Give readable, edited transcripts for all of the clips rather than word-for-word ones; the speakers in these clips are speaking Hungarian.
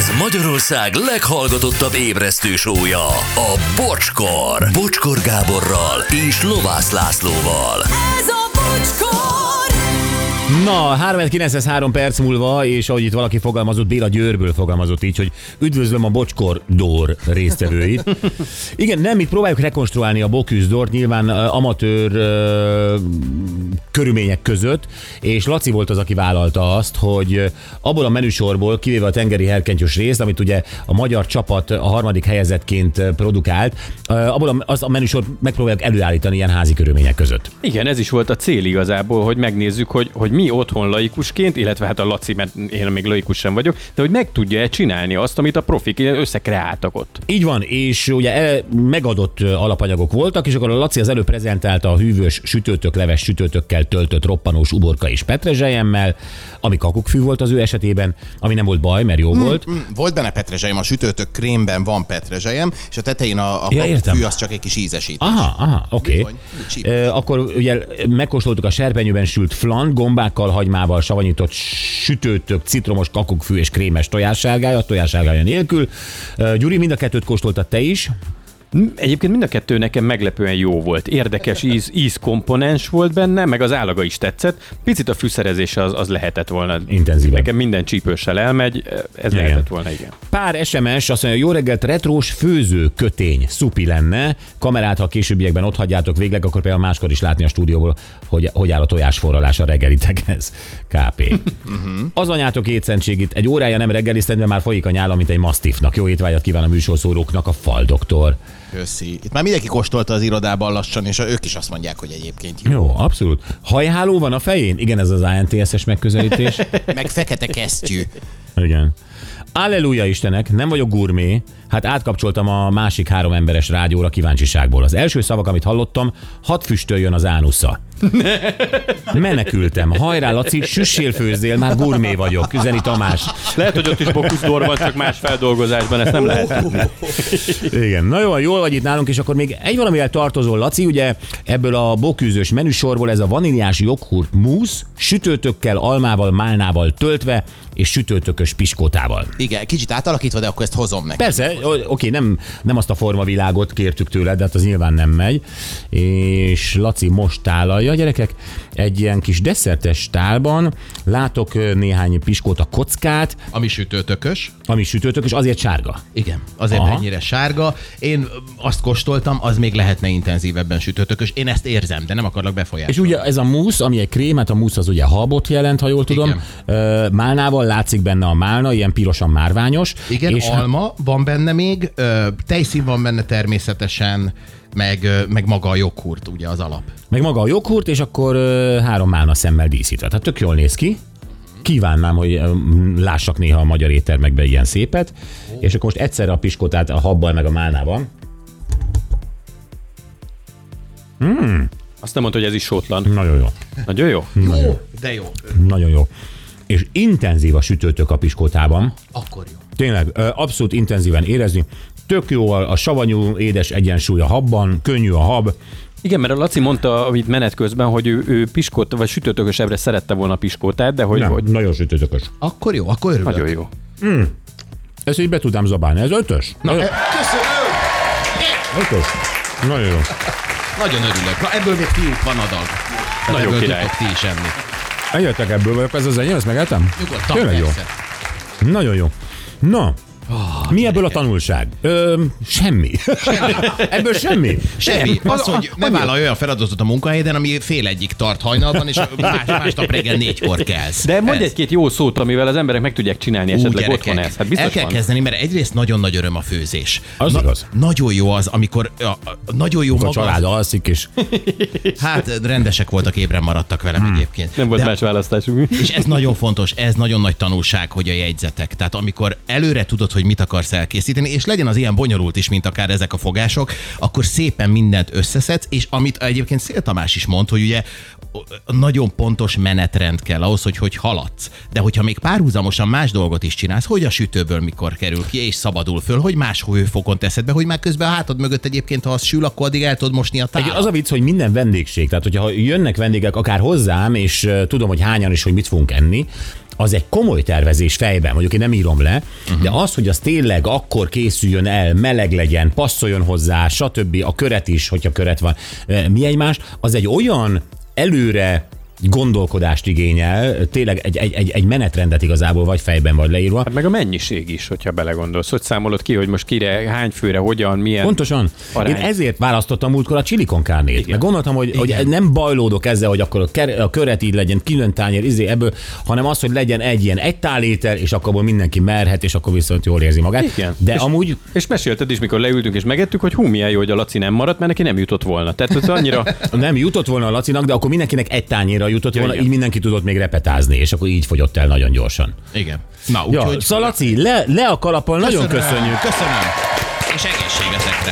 Ez Magyarország leghallgatottabb ébresztő show-ja, a Bocskor. Bocskor Gáborral és Lovász Lászlóval. Ez a Bocskor! Na, 3:09 perc múlva, és ahogy itt valaki fogalmazott, Béla Győrből fogalmazott így, hogy üdvözlöm a Bocskor Dór résztvevőit. Igen, nem, itt próbáljuk rekonstruálni a Bocuse d'Ort, nyilván amatőr körülmények között, és Laci volt az, aki vállalta azt, hogy abból a menüsorból, kivéve a tengeri herkentyös részt, amit ugye a magyar csapat a harmadik helyezettként produkált, abból a menüsort megpróbáljuk előállítani ilyen házi körülmények között. Igen, ez is volt a cél igazából, hogy megnézzük, hogy mi otthon laikusként, illetve hát a Laci, mert én még laikus sem vagyok, de hogy meg tudja-e csinálni azt, amit a profik összekreáltak ott. Így van, és ugye megadott alapanyagok voltak, és akkor a Laci az előbb prezentálta a hűvös sütőtök, leves sütőtökkel töltött roppanós uborka és petrezselyemmel, ami kakukkfű volt az ő esetében, ami nem volt baj, mert jó volt. Volt benne petrezselyem, a sütőtök krémben van petrezselyem, és a tetején a kakukkfű az csak egy kis ízesítés. Aha, oké. Akkor ugye megkóstoltuk a serpenyőben sült flan, gombákkal, hagymával savanyított sütőtök, citromos kakukkfű és krémes tojássárgája nélkül. Gyuri, mind a kettőt kóstoltad te is. Egyébként mind a kettő nekem meglepően jó volt. Érdekes ízkomponens volt benne, meg az állaga is tetszett. Picit a fűszerezése az lehetett volna. Intenzíven. Nekem minden csípőssel elmegy, ez igen. Lehetett volna, igen. Pár SMS azt mondja, jó reggelt, retrós főző kötény, szupi lenne. Kamerát, ha a későbbiekben ott hagyjátok végleg, akkor például máskor is látni a stúdióból, hogy áll a tojásforralás a reggelitekhez. KP. Az anyátok étszentségét egy órája nem reggeliztem, de már folyik a nyála, mint egy masztifnak. Jó étvágyat kíván a műsorszóróknak, a Faldoktor. Köszi. Itt már mindenki kóstolta az irodában lassan, és ők is azt mondják, hogy egyébként jó. Jó, abszolút. Hajháló van a fején? Igen, ez az INTS-es megközelítés. Meg fekete kesztyű. Igen. Alleluja Istenek, nem vagyok gurmé, hát átkapcsoltam a másik 3 emberes rádióra kíváncsiságból. Az első szavak, amit hallottam, hadd füstöljön az ánusza. Menekültem. Hajrá, Laci, süssél, főzzél, már gurmé vagyok, üzeni Tamás. Lehet, hogy ott is Bocuse d'Ort van, csak más feldolgozásban, ezt nem lehet tudni. Igen, na jó, jól vagy itt nálunk, és akkor még egy valamivel tartozol, Laci, ugye ebből a Bocuse-ös menüsorból ez a vaníliás joghurt mousse, sütőtökkel, almával, málnával töltve, és sütőtökös piskótával. Igen, kicsit átalakítva, de akkor ezt hozom neki. Persze, oké, nem azt a formavilágot kértük tőled, de hát az nyilván nem megy. És Laci most tálalja, gyerekek, egy ilyen kis desszertes tálban látok néhány piskóta kockát. Ami sütőtökös. Azért sárga. Igen, azért ennyire sárga. Én azt kóstoltam, az még lehetne intenzívebben sütőtökös. Én ezt érzem, de nem akarlak befolyásolni. És ugye ez a mousse, ami egy krém, hát a mousse az ugye habot jelent, ha jól tudom. Málnával látszik benne a málna, ilyen pirosan márványos. Igen, és alma van benne még, tejszín van benne természetesen, meg maga a joghurt, ugye az alap. Meg maga a joghurt, és akkor 3 málna szemmel díszítve. Tehát tök jól néz ki. Kívánnám, hogy lássak néha a magyar éttermekben ilyen szépet. És akkor most egyszerre a piskótát a habbal meg a málnával. Azt nem mondta, hogy ez is sótlan. Nagyon jó. Nagyon jó? Jó, de jó. Nagyon jó. És intenzív a sütőtök a piskótában. Akkor jó. Tényleg, abszolút intenzíven érezni. Tök jó a savanyú, édes egyensúly a habban, könnyű a hab. Igen, mert a Laci mondta itt menet közben, hogy ő piskóta, vagy sütőtökösebbre szerette volna a piskótát, de hogy... Nem, hogy... nagyon sütőtökös. Akkor jó, akkor örülök. Nagyon jó. Ezt így be tudám zabálni, ez 5-ös? Köszönöm! 5-ös. Nagyon jó. Nagyon örülök. Na ebből még fiúk van adag. Nagyon ebből király. tudtok ti is enni. Egyetek ebből, vagy ez az enyém, ezt megettem? Nyugodtan, Tényleg jó. persze. Nagyon jó. Na, mi ebből a tanulság? Semmi. Ebből semmi. Semmi. Az, hogy ne vállalj olyan feladatot a munkahelyeden, ami fél egyig tart hajnalban, és másnap reggel 4-kor kelsz. De mondj egy-két jó szót, amivel az emberek meg tudják csinálni esetleg otthon ezt. Hát biztos el kell van. kezdeni, mert egyrészt nagyon nagy öröm a főzés. Az igaz. Nagyon jó az, amikor nagyon jó A maga. család alszik, és Hát rendesek voltak, ébren maradtak velem egyébként. Nem volt más választásunk. És ez nagyon fontos, ez nagyon nagy tanulság, hogy a jegyzetek. Tehát amikor előre tudod, hogy mit akarsz elkészíteni, és legyen az ilyen bonyolult is, mint akár ezek a fogások, akkor szépen mindent összeszedsz, és amit egyébként Szél Tamás is mond, hogy ugye nagyon pontos menetrend kell ahhoz, hogy haladsz. De hogyha még párhuzamosan más dolgot is csinálsz, hogy a sütőből mikor kerül ki, és szabadul föl, hogy más hőfokon teszed be, hogy már közben a hátad mögött egyébként, ha az sül, akkor addig el tudod mosni a tálat. az a vicc, hogy minden vendégség, tehát hogyha jönnek vendégek akár hozzám, és tudom, hogy hányan és hogy mit fogunk enni, az egy komoly tervezés fejben, mondjuk én nem írom le, de az, hogy az tényleg akkor készüljön el, meleg legyen, passzoljon hozzá, stb. A köret is, hogyha köret van, mi egymás, az egy olyan előre gondolkodást igényel, tényleg egy menetrendet igazából vagy fejben vagy leírva. Hát meg a mennyiség is, hogyha belegondolsz. Hogy számolod ki, hogy most kire, hány főre, hogyan, milyen. Pontosan. Arány. Én ezért választottam múltkor a chili con carnét. Meg gondoltam, hogy nem bajlódok ezzel, hogy akkor a köret így legyen, külön tányér, ebből, hanem az, hogy legyen egy ilyen egy tálétel, és akkor abból mindenki merhet, és akkor viszont jól érzi magát. Igen. De és, amúgy... És mesélted is, mikor leültünk és megettük, hogy milyen jó, hogy a Laci nem maradt, mert neki nem jutott volna. Tehát ez annyira... Nem jutott volna a Lacinak, de akkor mindenkinek egy tányérra jutott volna, igen. így mindenki tudott még repetázni, és akkor így fogyott el nagyon gyorsan. Igen. Na, Ja, úgyhogy... szóval Laci, le a kalappal, nagyon köszönjük. Köszönöm. És egészségetekre.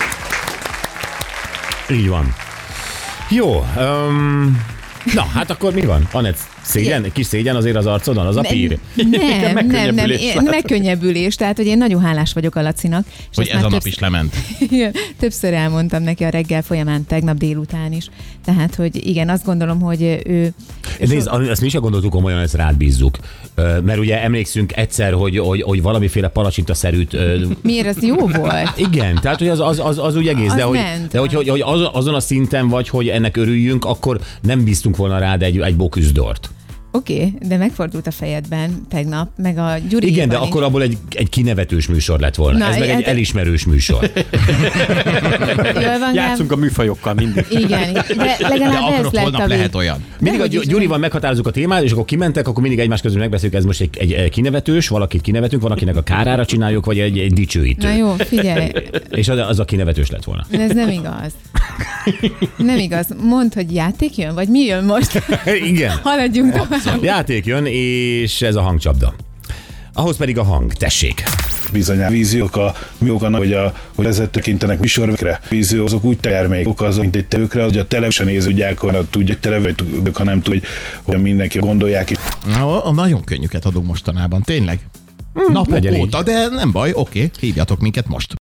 Így van. Jó. Na, hát akkor mi van? Anett, szégyen? Kis szégyen azért az arcodon? Az a pír? Nem. Megkönnyebbülés. Tehát, hogy én nagyon hálás vagyok a Lacinak. És hogy ez a nap is lement. Igen, többször elmondtam neki a reggel folyamán, tegnap délután is. Tehát, hogy igen, azt gondolom, hogy ő... Nézd, ezt mi is gondoltuk komolyan, ezt rád bízzuk. Mert ugye emlékszünk egyszer, hogy valamiféle palacsintaszerűt... Miért? Ez jó volt? Igen, tehát hogy az úgy egész, Az de hogy azon a szinten vagy, hogy ennek örüljünk, akkor nem bíztunk volna rád egy boküzdort. Oké, de megfordult a fejedben tegnap, meg a Gyuri. Igen, de akkor abból egy kinevetős műsor lett volna. Na, ez meg egy elismerős műsor. Játszunk a műfajokkal mindig. Igen, de legalább ez lett holnap a lehet olyan. Mindig a Gyurival meghatározzuk a témát, és akkor kimentek, akkor mindig egymás közül megbeszéljük, ez most egy kinevetős, valakit kinevetünk, van akinek a kárára csináljuk, vagy egy dicsőítő. Na jó, figyelj. És az a kinevetős lett volna. De ez nem igaz. Nem igaz. Mondd, hogy játék jön, vagy mi jön most? Igen. Haladjunk tovább. Játék jön, és ez a hangcsapda. Ahhoz pedig a hang. Tessék. Bizony a víziók, hogy ezzel tekintenek műsorokra. Vízió azok úgy termékok, azok, mint egy tevőkre, hogy a television nézőgyák, tudják televíziók, ha nem tudja, hogy mindenki gondolják. Na, nagyon könnyűket adunk mostanában, tényleg. Napok óta, de nem baj, oké, hívjatok minket most.